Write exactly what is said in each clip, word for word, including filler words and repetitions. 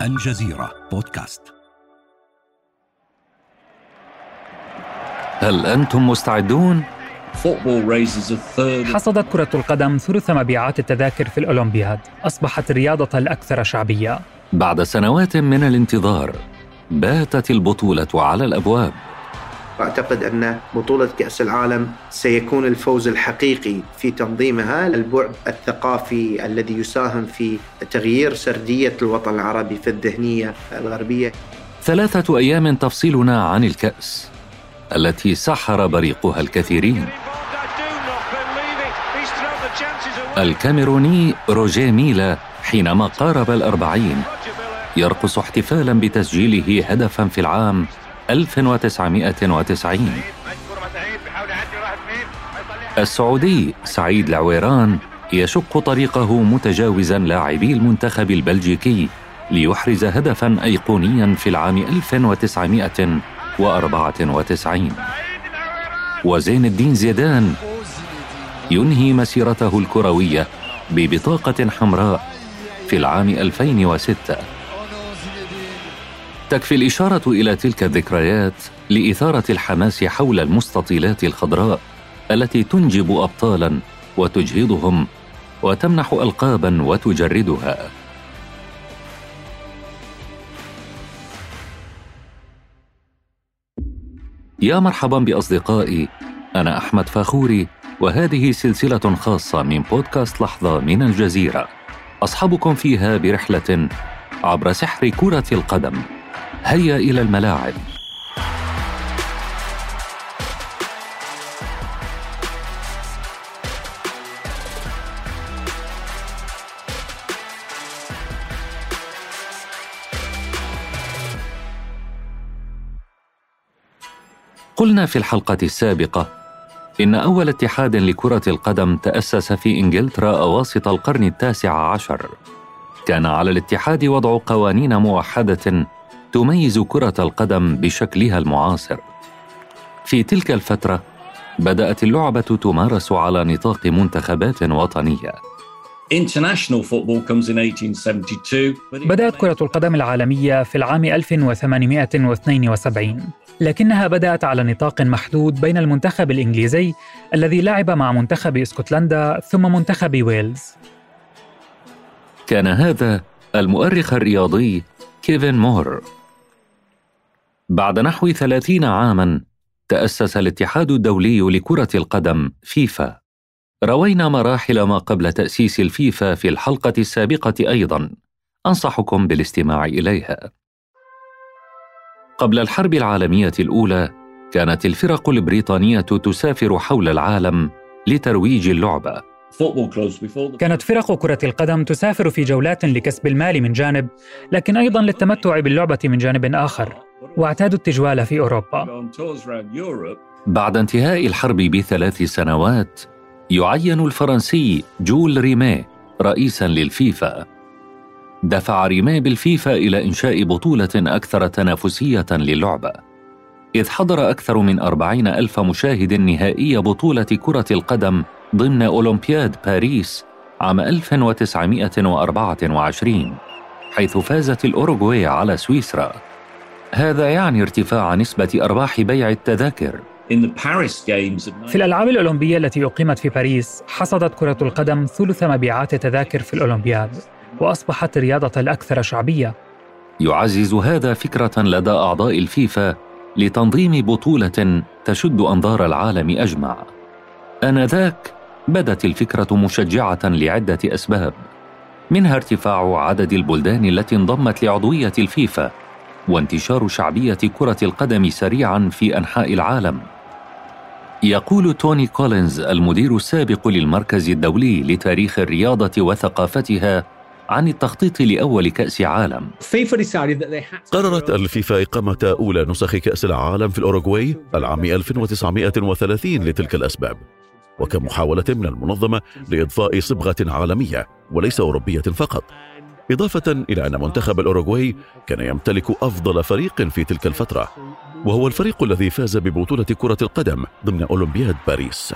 الجزيرة بودكاست. هل أنتم مستعدون؟ حصدت كرة القدم ثلث مبيعات التذاكر في الأولمبياد، أصبحت الرياضة الأكثر شعبية. بعد سنوات من الانتظار باتت البطولة على الأبواب. أعتقد أن بطولة كأس العالم سيكون الفوز الحقيقي في تنظيمها، البعد الثقافي الذي يساهم في تغيير سردية الوطن العربي في الذهنية الغربية. ثلاثة أيام تفصلنا عن الكأس التي سحر بريقها الكثيرين. الكاميروني روجيه ميلا حينما قارب الأربعين يرقص احتفالاً بتسجيله هدفاً في العام ألف وتسعمائة وتسعين. السعودي سعيد العويران يشق طريقه متجاوزاً لاعبي المنتخب البلجيكي ليحرز هدفاً أيقونياً في العام ألف وتسعمائة وأربعة وتسعين. وزين الدين زيدان ينهي مسيرته الكروية ببطاقة حمراء في العام ألفين وستة. تكفي الإشارة إلى تلك الذكريات لإثارة الحماس حول المستطيلات الخضراء التي تنجب أبطالاً وتجهضهم وتمنح ألقاباً وتجردها. يا مرحباً بأصدقائي، أنا أحمد فاخوري، وهذه سلسلة خاصة من بودكاست لحظة من الجزيرة، أصحبكم فيها برحلة عبر سحر كرة القدم. هيا إلى الملاعب. قلنا في الحلقة السابقة إن أول اتحاد لكرة القدم تأسس في إنجلترا أواسط القرن التاسع عشر. كان على الاتحاد وضع قوانين موحدة تميز كرة القدم بشكلها المعاصر. في تلك الفترة بدأت اللعبة تمارس على نطاق منتخبات وطنية. بدأت كرة القدم العالمية في العام ألف وثمانمائة واثنين وسبعين، لكنها بدأت على نطاق محدود بين المنتخب الإنجليزي الذي لعب مع منتخب اسكتلندا ثم منتخب ويلز. كان هذا المؤرخ الرياضي كيفن مور. بعد نحو ثلاثين عاماً تأسس الاتحاد الدولي لكرة القدم فيفا. روينا مراحل ما قبل تأسيس الفيفا في الحلقة السابقة أيضاً، أنصحكم بالاستماع إليها. قبل الحرب العالمية الأولى كانت الفرق البريطانية تسافر حول العالم لترويج اللعبة. كانت فرق كرة القدم تسافر في جولات لكسب المال من جانب، لكن أيضاً للتمتع باللعبة من جانب آخر، واعتادوا التجوال في أوروبا. بعد انتهاء الحرب بثلاث سنوات يعين الفرنسي جول ريميه رئيساً للفيفا. دفع ريميه بالفيفا إلى إنشاء بطولة أكثر تنافسية للعبة، إذ حضر أكثر من أربعين ألف مشاهد نهائي بطولة كرة القدم ضمن أولمبياد باريس عام ألف وتسعمائة وأربعة وعشرين، حيث فازت الأوروغواي على سويسرا. هذا يعني ارتفاع نسبة أرباح بيع التذاكر. في الألعاب الأولمبية التي أقيمت في باريس حصدت كرة القدم ثلث مبيعات التذاكر في الأولمبياد، وأصبحت الرياضة الأكثر شعبية. يعزز هذا فكرة لدى أعضاء الفيفا لتنظيم بطولة تشد أنظار العالم أجمع. آنذاك بدت الفكرة مشجعة لعدة أسباب، منها ارتفاع عدد البلدان التي انضمت لعضوية الفيفا، وانتشار شعبية كرة القدم سريعاً في أنحاء العالم. يقول توني كولينز المدير السابق للمركز الدولي لتاريخ الرياضة وثقافتها عن التخطيط لأول كأس عالم: قررت الفيفا إقامة أولى نسخ كأس العالم في الأوروغواي العام ألف وتسعمائة وثلاثين لتلك الأسباب، وكمحاولة من المنظمة لإضفاء صبغة عالمية وليس أوروبية فقط، إضافة إلى أن منتخب الأوروغواي كان يمتلك أفضل فريق في تلك الفترة، وهو الفريق الذي فاز ببطولة كرة القدم ضمن أولمبياد باريس.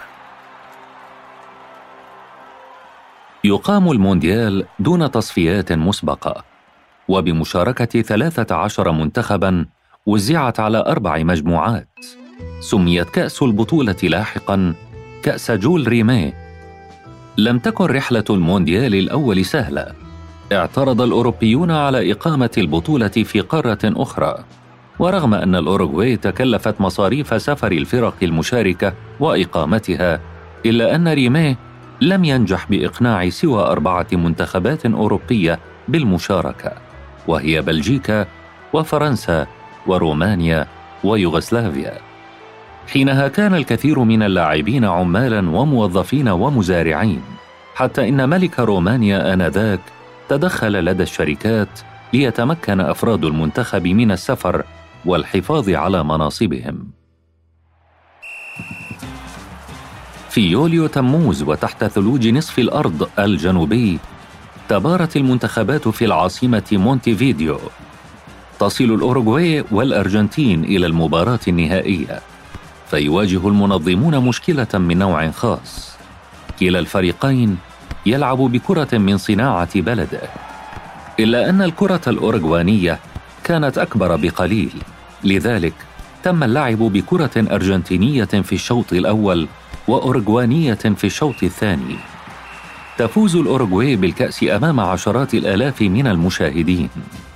يقام المونديال دون تصفيات مسبقة، وبمشاركة ثلاثة عشر منتخباً وزعت على أربع مجموعات. سميت كأس البطولة لاحقاً كأس جول ريميه. لم تكن رحلة المونديال الأول سهلة. اعترض الأوروبيون على إقامة البطولة في قارة أخرى، ورغم أن الأوروغواي تكلفت مصاريف سفر الفرق المشاركة وإقامتها، إلا أن ريميه لم ينجح بإقناع سوى أربعة منتخبات أوروبية بالمشاركة، وهي بلجيكا وفرنسا ورومانيا ويوغوسلافيا. حينها كان الكثير من اللاعبين عمالاً وموظفين ومزارعين، حتى إن ملك رومانيا آنذاك تدخل لدى الشركات ليتمكن أفراد المنتخب من السفر والحفاظ على مناصبهم. في يوليو تموز وتحت ثلوج نصف الأرض الجنوبي تبارت المنتخبات في العاصمة مونتيفيديو. تصل الأوروغواي والأرجنتين إلى المباراة النهائية، فيواجه المنظمون مشكلة من نوع خاص. كلا الفريقين يلعب بكرة من صناعة بلده، إلا أن الكرة الأوروغوانية كانت أكبر بقليل، لذلك تم اللعب بكرة أرجنتينية في الشوط الأول وأوروغوانية في الشوط الثاني. تفوز الأوروغواي بالكأس أمام عشرات الآلاف من المشاهدين.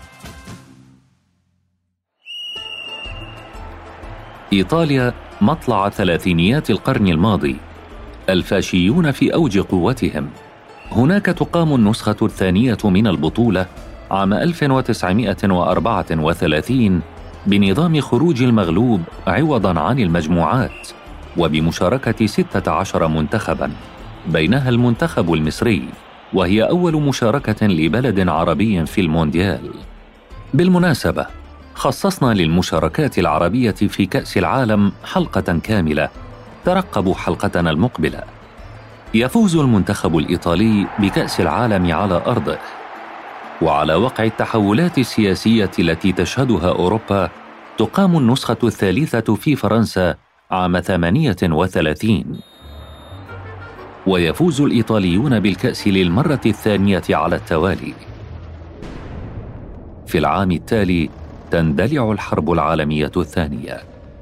إيطاليا مطلع ثلاثينيات القرن الماضي، الفاشيون في أوج قوتهم. هناك تقام النسخة الثانية من البطولة عام ألف وتسعمائة وأربعة وثلاثين بنظام خروج المغلوب عوضاً عن المجموعات، وبمشاركة ستة عشر منتخباً، بينها المنتخب المصري، وهي أول مشاركة لبلد عربي في المونديال. بالمناسبة، خصصنا للمشاركات العربية في كأس العالم حلقة كاملة، ترقبوا حلقتنا المقبلة. يفوز المنتخب الإيطالي بكأس العالم على أرضه. وعلى وقع التحولات السياسية التي تشهدها أوروبا، تقام النسخة الثالثة في فرنسا عام ثمانية وثلاثين، ويفوز الإيطاليون بالكأس للمرة الثانية على التوالي. في العام التالي تندلع الحرب العالمية الثانية.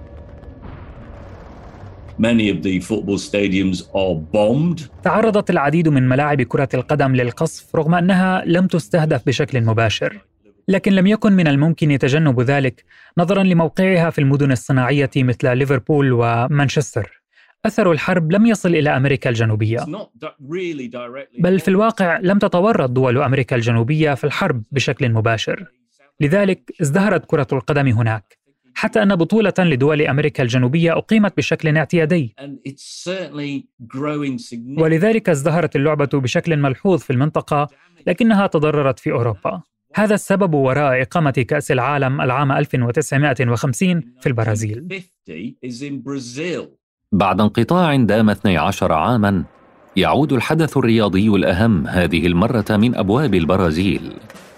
Many of the football stadiums are bombed. تعرضت العديد من ملاعب كرة القدم للقصف رغم أنها لم تستهدف بشكل مباشر، لكن لم يكن من الممكن تجنب ذلك نظراً لموقعها في المدن الصناعية مثل ليفربول ومانشستر. أثر الحرب لم يصل إلى أمريكا الجنوبية، بل في الواقع لم تتورط دول أمريكا الجنوبية في الحرب بشكل مباشر، لذلك ازدهرت كرة القدم هناك، حتى أن بطولة لدول أمريكا الجنوبية أقيمت بشكل اعتيادي، ولذلك ازدهرت اللعبة بشكل ملحوظ في المنطقة، لكنها تضررت في أوروبا. هذا السبب وراء إقامة كأس العالم العام ألف وتسعمائة وخمسين في البرازيل. بعد انقطاع دام اثني عشر عاماً، يعود الحدث الرياضي الأهم هذه المرة من أبواب البرازيل.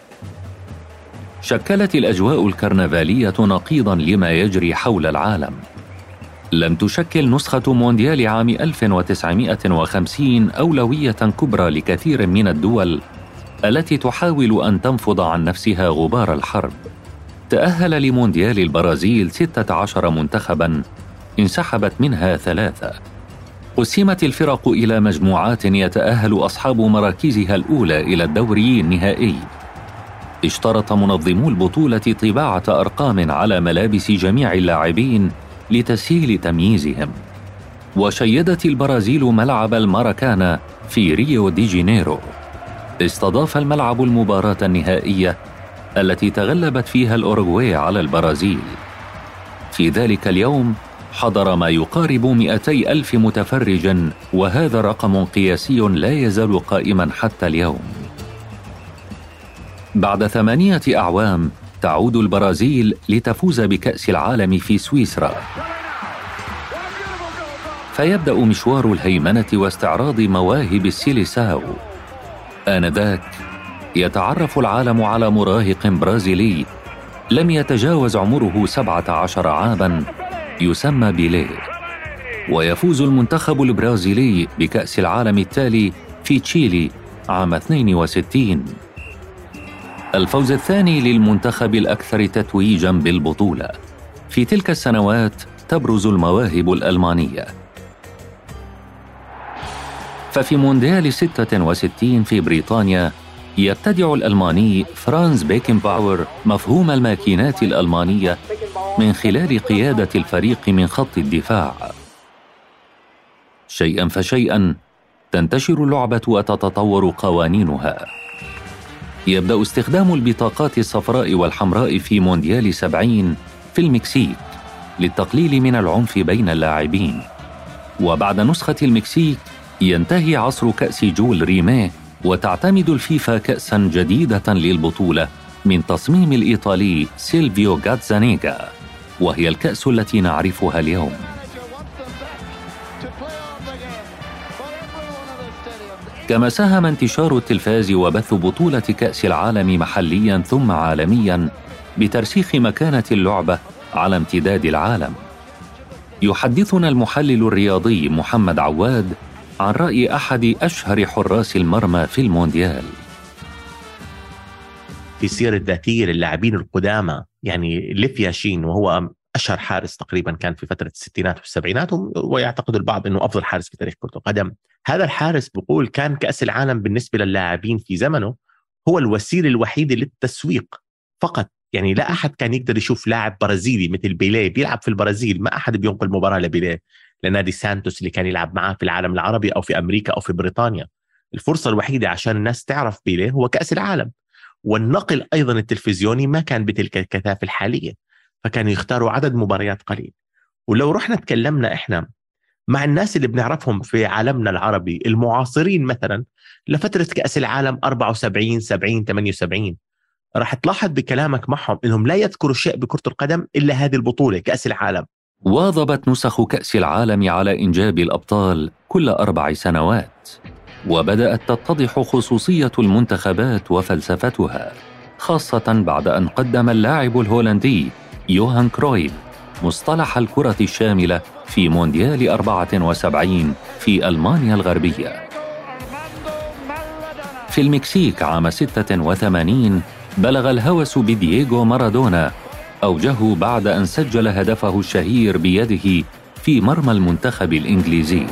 شكلت الأجواء الكرنفالية نقيضاً لما يجري حول العالم. لم تشكل نسخة مونديال عام ألف وتسعمائة وخمسين أولوية كبرى لكثير من الدول التي تحاول أن تنفض عن نفسها غبار الحرب. تأهل لمونديال البرازيل ستة عشر منتخباً، انسحبت منها ثلاثة. قسمت الفرق إلى مجموعات يتأهل أصحاب مراكزها الأولى إلى الدوري النهائي. اشترط منظمو البطولة طباعة أرقام على ملابس جميع اللاعبين لتسهيل تمييزهم. وشيدت البرازيل ملعب الماراكانا في ريو دي جانيرو. استضاف الملعب المباراة النهائية التي تغلبت فيها الأوروغواي على البرازيل. في ذلك اليوم حضر ما يقارب مئتي ألف متفرج، وهذا رقم قياسي لا يزال قائما حتى اليوم. بعد ثمانية أعوام تعود البرازيل لتفوز بكأس العالم في سويسرا، فيبدأ مشوار الهيمنة واستعراض مواهب السيليساو. آنذاك يتعرف العالم على مراهق برازيلي لم يتجاوز عمره سبعة عشر عاماً يسمى بيليه، ويفوز المنتخب البرازيلي بكأس العالم التالي في تشيلي عام اثنين وستين. الفوز الثاني للمنتخب الأكثر تتويجاً بالبطولة. في تلك السنوات تبرز المواهب الألمانية، ففي مونديال ستة وستين في بريطانيا يبتدع الألماني فرانز بيكنباور مفهوم الماكينات الألمانية من خلال قيادة الفريق من خط الدفاع. شيئاً فشيئاً تنتشر اللعبة وتتطور قوانينها. يبدأ استخدام البطاقات الصفراء والحمراء في مونديال سبعين في المكسيك للتقليل من العنف بين اللاعبين. وبعد نسخة المكسيك ينتهي عصر كأس جول ريميه، وتعتمد الفيفا كأساً جديدة للبطولة من تصميم الإيطالي سيلفيو غاتزانيغا، وهي الكأس التي نعرفها اليوم. كما ساهم انتشار التلفاز وبث بطولة كأس العالم محلياً ثم عالمياً بترسيخ مكانة اللعبة على امتداد العالم. يحدثنا المحلل الرياضي محمد عواد عن رأي أحد أشهر حراس المرمى في المونديال. في سيرة ذاتية للاعبين القدامى، يعني ليفيا شين وهو أشهر حارس تقريبا كان في فترة الستينات والسبعينات، ويعتقد البعض أنه أفضل حارس في تاريخ كرة القدم. هذا الحارس بيقول كان كأس العالم بالنسبة للاعبين في زمنه هو الوسيلة الوحيدة للتسويق فقط. يعني لا أحد كان يقدر يشوف لاعب برازيلي مثل بيليه بيلعب في البرازيل، ما أحد بينقل مباراة لبيليه لنادي سانتوس اللي كان يلعب معاه في العالم العربي أو في أمريكا أو في بريطانيا. الفرصة الوحيدة عشان الناس تعرف بيليه هو كأس العالم. والنقل أيضا التلفزيوني ما كان بتلك الكثافة الحالية، فكانوا يختاروا عدد مباريات قليل. ولو رحنا تكلمنا إحنا مع الناس اللي بنعرفهم في عالمنا العربي المعاصرين مثلا لفترة كأس العالم أربعة وسبعين سبعين ثمانية وسبعين، راح تلاحظ بكلامك معهم إنهم لا يذكروا شيء بكرة القدم إلا هذه البطولة كأس العالم. واظبت نسخ كأس العالم على إنجاب الأبطال كل أربع سنوات، وبدأت تتضح خصوصية المنتخبات وفلسفتها، خاصة بعد أن قدم اللاعب الهولندي يوهان كرويف مصطلح الكرة الشاملة في مونديال أربعة وسبعين في ألمانيا الغربية. في المكسيك عام ستة وثمانين بلغ الهوس بدييغو مارادونا أوجه بعد أن سجل هدفه الشهير بيده في مرمى المنتخب الإنجليزي.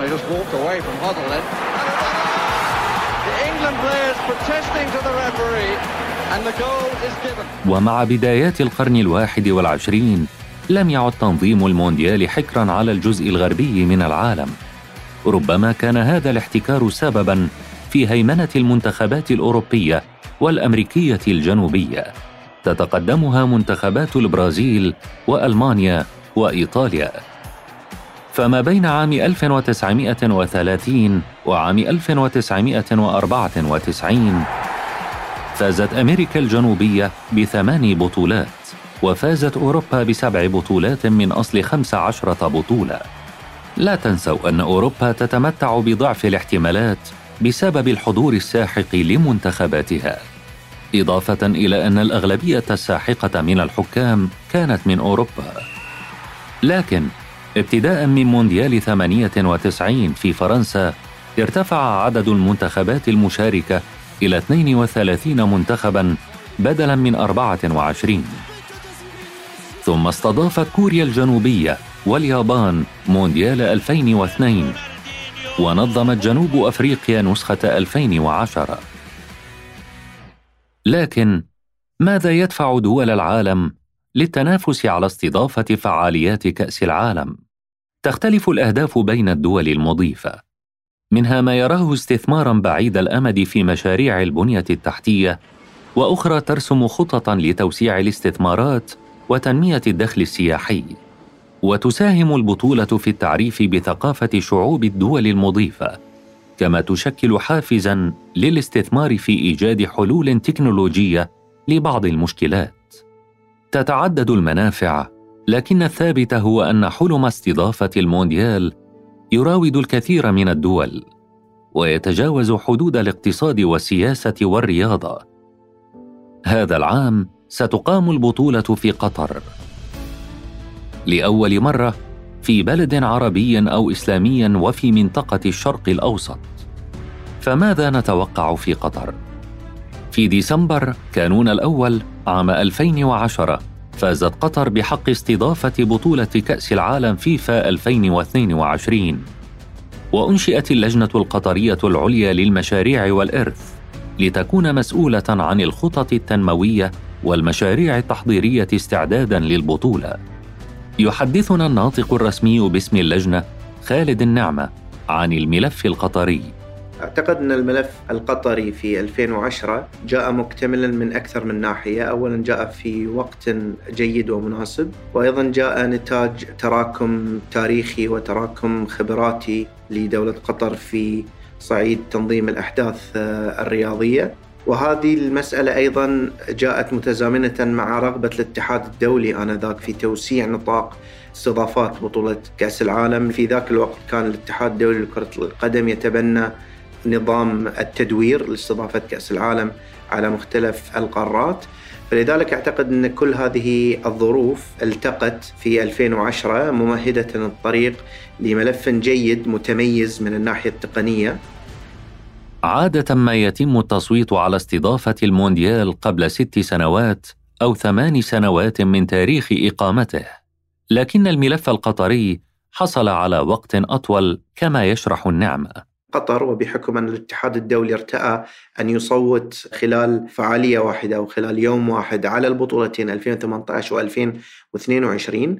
ومع بدايات القرن الواحد والعشرين لم يعد تنظيم المونديال حكراً على الجزء الغربي من العالم. ربما كان هذا الاحتكار سبباً في هيمنة المنتخبات الأوروبية والأمريكية الجنوبية، تتقدمها منتخبات البرازيل وألمانيا وإيطاليا. فما بين عام ألف وتسعمائة وثلاثين وعام ألف وتسعمائة وأربعة وتسعين فازت أمريكا الجنوبية بثمان بطولات، وفازت أوروبا بسبع بطولات من أصل خمس عشرة بطولة. لا تنسوا أن أوروبا تتمتع بضعف الاحتمالات بسبب الحضور الساحق لمنتخباتها، إضافة إلى أن الأغلبية الساحقة من الحكام كانت من أوروبا. لكن ابتداء من مونديال ثمانية وتسعين في فرنسا ارتفع عدد المنتخبات المشاركة إلى اثنين وثلاثين منتخباً بدلاً من أربعة وعشرين. ثم استضافت كوريا الجنوبية واليابان مونديال ألفين واثنين، ونظمت جنوب أفريقيا نسخة ألفين وعشرة. لكن ماذا يدفع دول العالم للتنافس على استضافة فعاليات كأس العالم؟ تختلف الأهداف بين الدول المضيفة، منها ما يراه استثماراً بعيد الأمد في مشاريع البنية التحتية، وأخرى ترسم خططاً لتوسيع الاستثمارات وتنمية الدخل السياحي. وتساهم البطولة في التعريف بثقافة شعوب الدول المضيفة، كما تشكل حافزاً للاستثمار في إيجاد حلول تكنولوجية لبعض المشكلات. تتعدد المنافع، لكن الثابت هو أن حلم استضافة المونديال يراود الكثير من الدول، ويتجاوز حدود الاقتصاد والسياسة والرياضة. هذا العام ستقام البطولة في قطر لأول مرة في بلد عربي أو إسلامي وفي منطقة الشرق الأوسط. فماذا نتوقع في قطر؟ في ديسمبر كانون الأول عام ألفين وعشرة فازت قطر بحق استضافة بطولة كأس العالم فيفا ألفين واثنين وعشرين، وأنشئت اللجنة القطرية العليا للمشاريع والإرث لتكون مسؤولة عن الخطط التنموية والمشاريع التحضيرية استعداداً للبطولة. يحدثنا الناطق الرسمي باسم اللجنة خالد النعمة عن الملف القطري. أعتقد أن الملف القطري في ألفين وعشرة جاء مكتملاً من أكثر من ناحية. أولاً جاء في وقت جيد ومناسب، وأيضاً جاء نتاج تراكم تاريخي وتراكم خبراتي لدولة قطر في صعيد تنظيم الأحداث الرياضية. وهذه المسألة أيضاً جاءت متزامنة مع رغبة الاتحاد الدولي آنذاك في توسيع نطاق استضافات بطولة كأس العالم. في ذاك الوقت كان الاتحاد الدولي لكرة القدم يتبنى نظام التدوير لاستضافة كأس العالم على مختلف القارات، فلذلك أعتقد أن كل هذه الظروف التقت في ألفين وعشرة ممهدة الطريق لملف جيد متميز من الناحية التقنية. عادة ما يتم التصويت على استضافة المونديال قبل ست سنوات أو ثمان سنوات من تاريخ إقامته، لكن الملف القطري حصل على وقت أطول كما يشرح النعمة. قطر وبحكم أن الاتحاد الدولي ارتأى أن يصوت خلال فعالية واحدة أو خلال يوم واحد على البطولتين ألفين وثمانية عشر وألفين واثنين وعشرين،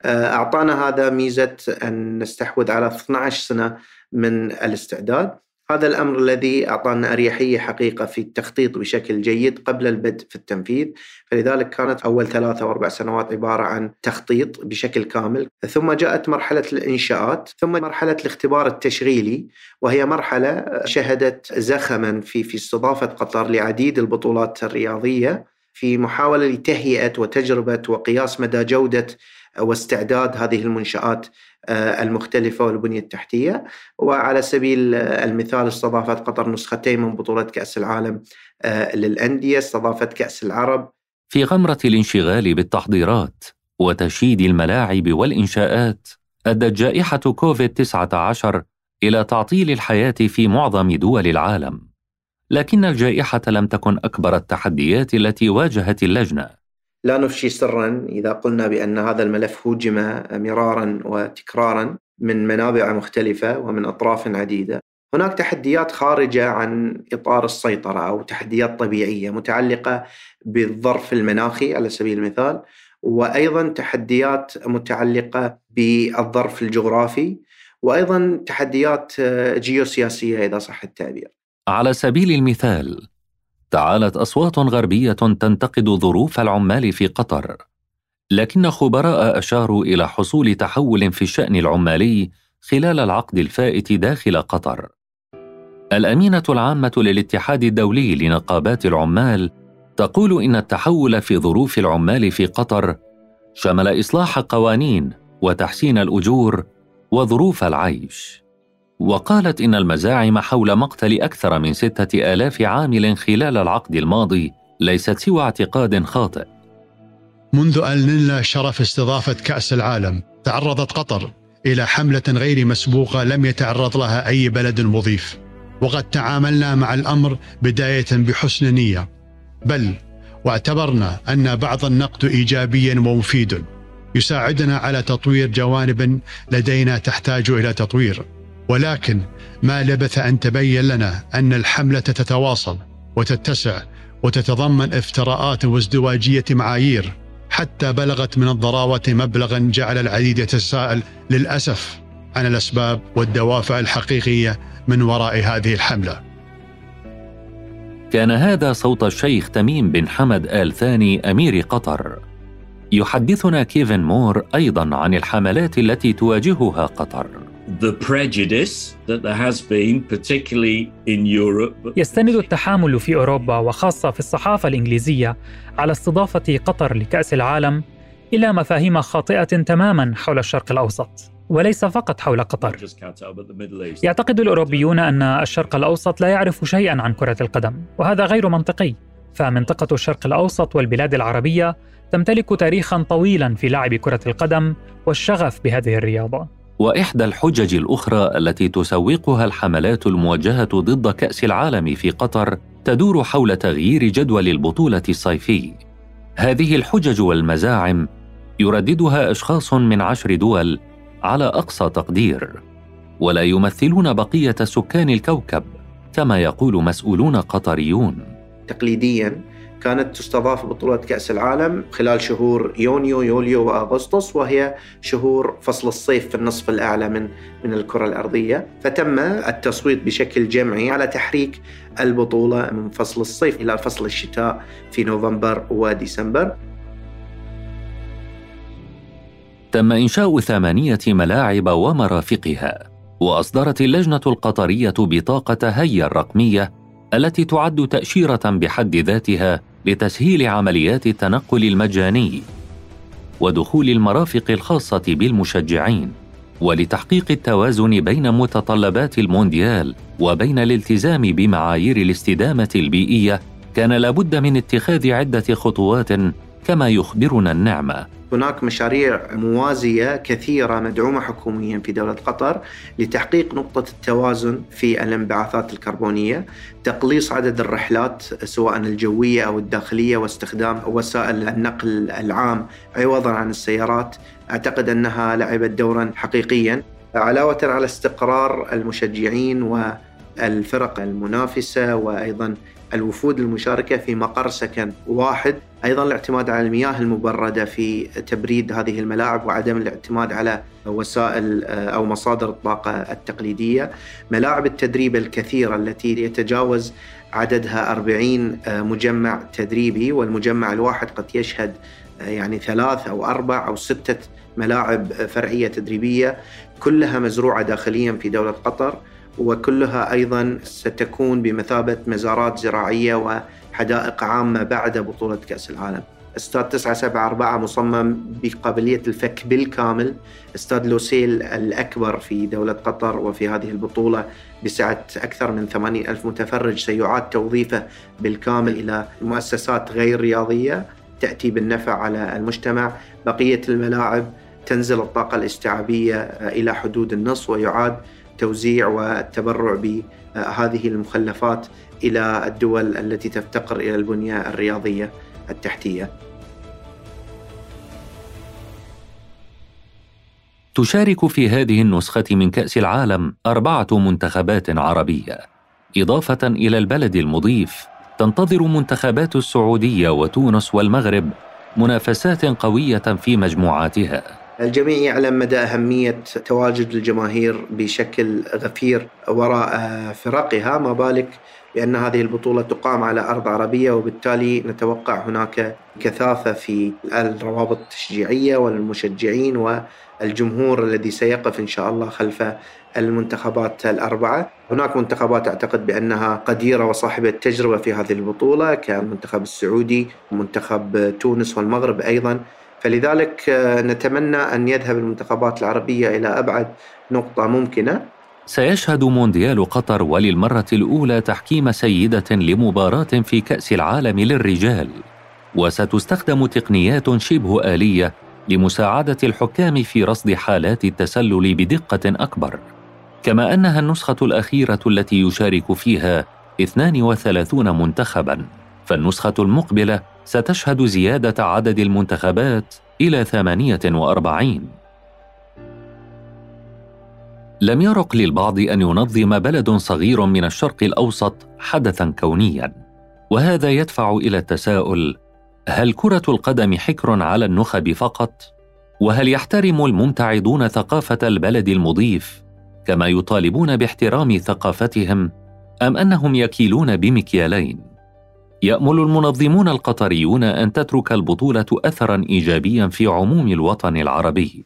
أعطانا هذا ميزة أن نستحوذ على اثنتي عشرة سنة من الاستعداد. هذا الأمر الذي أعطانا أريحية حقيقة في التخطيط بشكل جيد قبل البدء في التنفيذ، فلذلك كانت أول ثلاثة وأربع سنوات عبارة عن تخطيط بشكل كامل، ثم جاءت مرحلة الإنشاءات، ثم مرحلة الاختبار التشغيلي، وهي مرحلة شهدت زخما في في استضافة قطر لعديد البطولات الرياضية في محاولة لتهيئة وتجربة وقياس مدى جودة واستعداد هذه المنشآت المختلفة والبنية التحتية. وعلى سبيل المثال استضافت قطر نسختين من بطولة كأس العالم للأندية، استضافت كأس العرب. في غمرة الانشغال بالتحضيرات وتشييد الملاعب والإنشاءات، أدت جائحة كوفيد تسعة عشر إلى تعطيل الحياة في معظم دول العالم، لكن الجائحة لم تكن أكبر التحديات التي واجهت اللجنة. لا نفشي سراً إذا قلنا بأن هذا الملف هوجم مراراً وتكراراً من منابع مختلفة ومن أطراف عديدة. هناك تحديات خارجة عن إطار السيطرة أو تحديات طبيعية متعلقة بالظرف المناخي على سبيل المثال، وأيضاً تحديات متعلقة بالظرف الجغرافي، وأيضاً تحديات جيوسياسية إذا صح التعبير. على سبيل المثال، تعالت أصوات غربية تنتقد ظروف العمال في قطر، لكن خبراء أشاروا إلى حصول تحول في الشأن العمالي خلال العقد الفائت داخل قطر. الأمينة العامة للاتحاد الدولي لنقابات العمال تقول إن التحول في ظروف العمال في قطر شمل إصلاح قوانين وتحسين الأجور وظروف العيش. وقالت إن المزاعم حول مقتل أكثر من ستة آلاف عامل خلال العقد الماضي ليست سوى اعتقاد خاطئ. منذ أن نلنا شرف استضافة كأس العالم، تعرضت قطر إلى حملة غير مسبوقة لم يتعرض لها أي بلد مضيف، وقد تعاملنا مع الأمر بداية بحسن نية، بل واعتبرنا أن بعض النقد إيجابيا ومفيد يساعدنا على تطوير جوانب لدينا تحتاج إلى تطوير. ولكن ما لبث أن تبين لنا أن الحملة تتواصل وتتسع وتتضمن افتراءات وازدواجية معايير، حتى بلغت من الضراوة مبلغا جعل العديد يتساءل للأسف عن الأسباب والدوافع الحقيقية من وراء هذه الحملة. كان هذا صوت الشيخ تميم بن حمد آل ثاني أمير قطر. يحدثنا كيفن مور أيضا عن الحملات التي تواجهها قطر. The prejudice that there has been, particularly in Europe. يستند التحامل في أوروبا وخاصة في الصحافة الإنجليزية على استضافة قطر لكأس العالم إلى مفاهيم خاطئة تماماً حول الشرق الأوسط، وليس فقط حول قطر. يعتقد الأوروبيون أن الشرق الأوسط لا يعرف شيئاً عن كرة القدم، وهذا غير منطقي، فمنطقة الشرق الأوسط والبلاد العربية تمتلك تاريخاً طويلاً في لعب كرة القدم والشغف بهذه الرياضة. وإحدى الحجج الأخرى التي تسوقها الحملات الموجهة ضد كأس العالم في قطر تدور حول تغيير جدول البطولة الصيفي. هذه الحجج والمزاعم يرددها أشخاص من عشر دول على أقصى تقدير، ولا يمثلون بقية سكان الكوكب كما يقول مسؤولون قطريون. تقليدياً كانت تستضاف بطولة كأس العالم خلال شهور يونيو يوليو وأغسطس، وهي شهور فصل الصيف في النصف الأعلى من من الكرة الأرضية، فتم التصويت بشكل جمعي على تحريك البطولة من فصل الصيف إلى فصل الشتاء في نوفمبر وديسمبر. تم إنشاء ثمانية ملاعب ومرافقها، وأصدرت اللجنة القطرية بطاقة هيا الرقمية التي تعد تأشيرة بحد ذاتها لتسهيل عمليات التنقل المجاني ودخول المرافق الخاصة بالمشجعين، ولتحقيق التوازن بين متطلبات المونديال وبين الالتزام بمعايير الاستدامة البيئية. كان لابد من اتخاذ عدة خطوات كما يخبرنا النعمة. هناك مشاريع موازية كثيرة مدعومة حكوميا في دولة قطر لتحقيق نقطة التوازن في الانبعاثات الكربونية، تقليص عدد الرحلات سواء الجوية أو الداخلية، واستخدام وسائل النقل العام عوضا عن السيارات. أعتقد أنها لعبت دورا حقيقيا، علاوة على استقرار المشجعين والفرق المنافسة وأيضا الوفود المشاركة في مقر سكن واحد. أيضا الاعتماد على المياه المبردة في تبريد هذه الملاعب، وعدم الاعتماد على وسائل أو مصادر الطاقة التقليدية. ملاعب التدريب الكثيرة التي يتجاوز عددها أربعين مجمع تدريبي، والمجمع الواحد قد يشهد يعني ثلاث أو أربع أو ستة ملاعب فرعية تدريبية، كلها مزروعة داخليا في دولة قطر، وكلها أيضاً ستكون بمثابة مزارات زراعية وحدائق عامة بعد بطولة كأس العالم. استاد تسعة سبعة أربعة مصمم بقابلية الفك بالكامل، استاد لوسيل الأكبر في دولة قطر وفي هذه البطولة بسعة أكثر من ثمانين ألف متفرج سيعاد توظيفه بالكامل إلى مؤسسات غير رياضية تأتي بالنفع على المجتمع. بقية الملاعب تنزل الطاقة الاستيعابية إلى حدود النصف، ويعاد توزيع والتبرع بهذه المخلفات إلى الدول التي تفتقر إلى البنية الرياضية التحتية. تشارك في هذه النسخة من كأس العالم أربعة منتخبات عربية، إضافة إلى البلد المضيف. تنتظر منتخبات السعودية وتونس والمغرب منافسات قوية في مجموعاتها. الجميع يعلم مدى أهمية تواجد الجماهير بشكل غفير وراء فرقها، ما بالك بأن هذه البطولة تقام على أرض عربية، وبالتالي نتوقع هناك كثافة في الروابط التشجيعية والمشجعين والجمهور الذي سيقف إن شاء الله خلف المنتخبات الأربعة. هناك منتخبات أعتقد بأنها قديرة وصاحبة تجربة في هذه البطولة، كالمنتخب السعودي ومنتخب تونس والمغرب أيضا، فلذلك نتمنى أن يذهب المنتخبات العربية إلى أبعد نقطة ممكنة. سيشهد مونديال قطر وللمرة الأولى تحكيم سيدة لمباراة في كأس العالم للرجال، وستستخدم تقنيات شبه آلية لمساعدة الحكام في رصد حالات التسلل بدقة أكبر، كما أنها النسخة الأخيرة التي يشارك فيها اثنان وثلاثين منتخباً، فالنسخة المقبلة ستشهد زيادة عدد المنتخبات إلى ثمانية وأربعين. لم يرق للبعض أن ينظم بلد صغير من الشرق الأوسط حدثاً كونياً، وهذا يدفع إلى التساؤل: هل كرة القدم حكر على النخب فقط؟ وهل يحترم الممتعضون ثقافة البلد المضيف كما يطالبون باحترام ثقافتهم، أم أنهم يكيلون بمكيالين؟ يأمل المنظمون القطريون أن تترك البطولة أثراً إيجابياً في عموم الوطن العربي.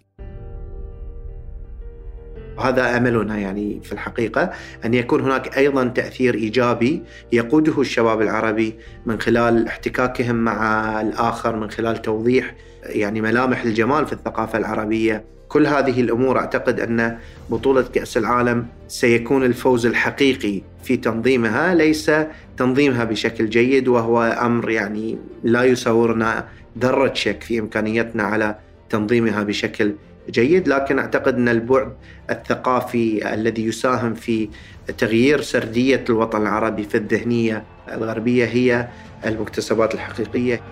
هذا أملنا يعني في الحقيقة، أن يكون هناك أيضاً تأثير إيجابي يقوده الشباب العربي من خلال احتكاكهم مع الآخر، من خلال توضيح يعني ملامح الجمال في الثقافة العربية. كل هذه الأمور أعتقد أن بطولة كأس العالم سيكون الفوز الحقيقي في تنظيمها، ليس تنظيمها بشكل جيد، وهو أمر يعني لا يساورنا ذرة شك في إمكانيتنا على تنظيمها بشكل جيد، لكن أعتقد أن البعد الثقافي الذي يساهم في تغيير سردية الوطن العربي في الذهنية الغربية هي المكتسبات الحقيقية.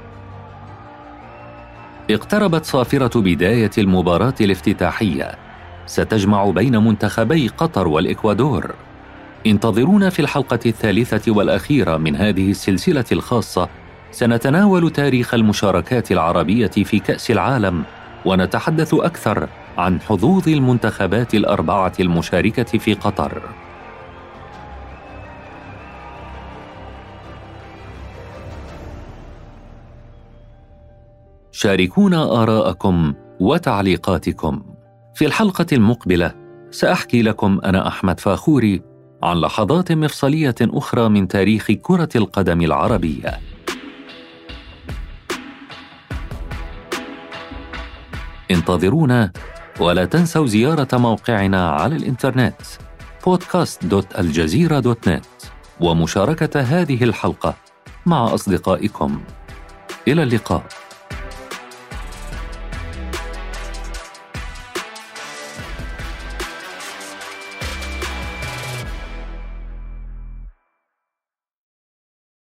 اقتربت صافرة بداية المباراة الافتتاحية، ستجمع بين منتخبي قطر والإكوادور. انتظرونا في الحلقة الثالثة والأخيرة من هذه السلسلة الخاصة، سنتناول تاريخ المشاركات العربية في كأس العالم، ونتحدث أكثر عن حظوظ المنتخبات الأربعة المشاركة في قطر. شاركونا آراءكم وتعليقاتكم. في الحلقة المقبلة سأحكي لكم أنا أحمد فاخوري عن لحظات مفصلية أخرى من تاريخ كرة القدم العربية. انتظرونا، ولا تنسوا زيارة موقعنا على الإنترنت بودكاست دوت الجزيرة دوت نت ومشاركة هذه الحلقة مع أصدقائكم. إلى اللقاء.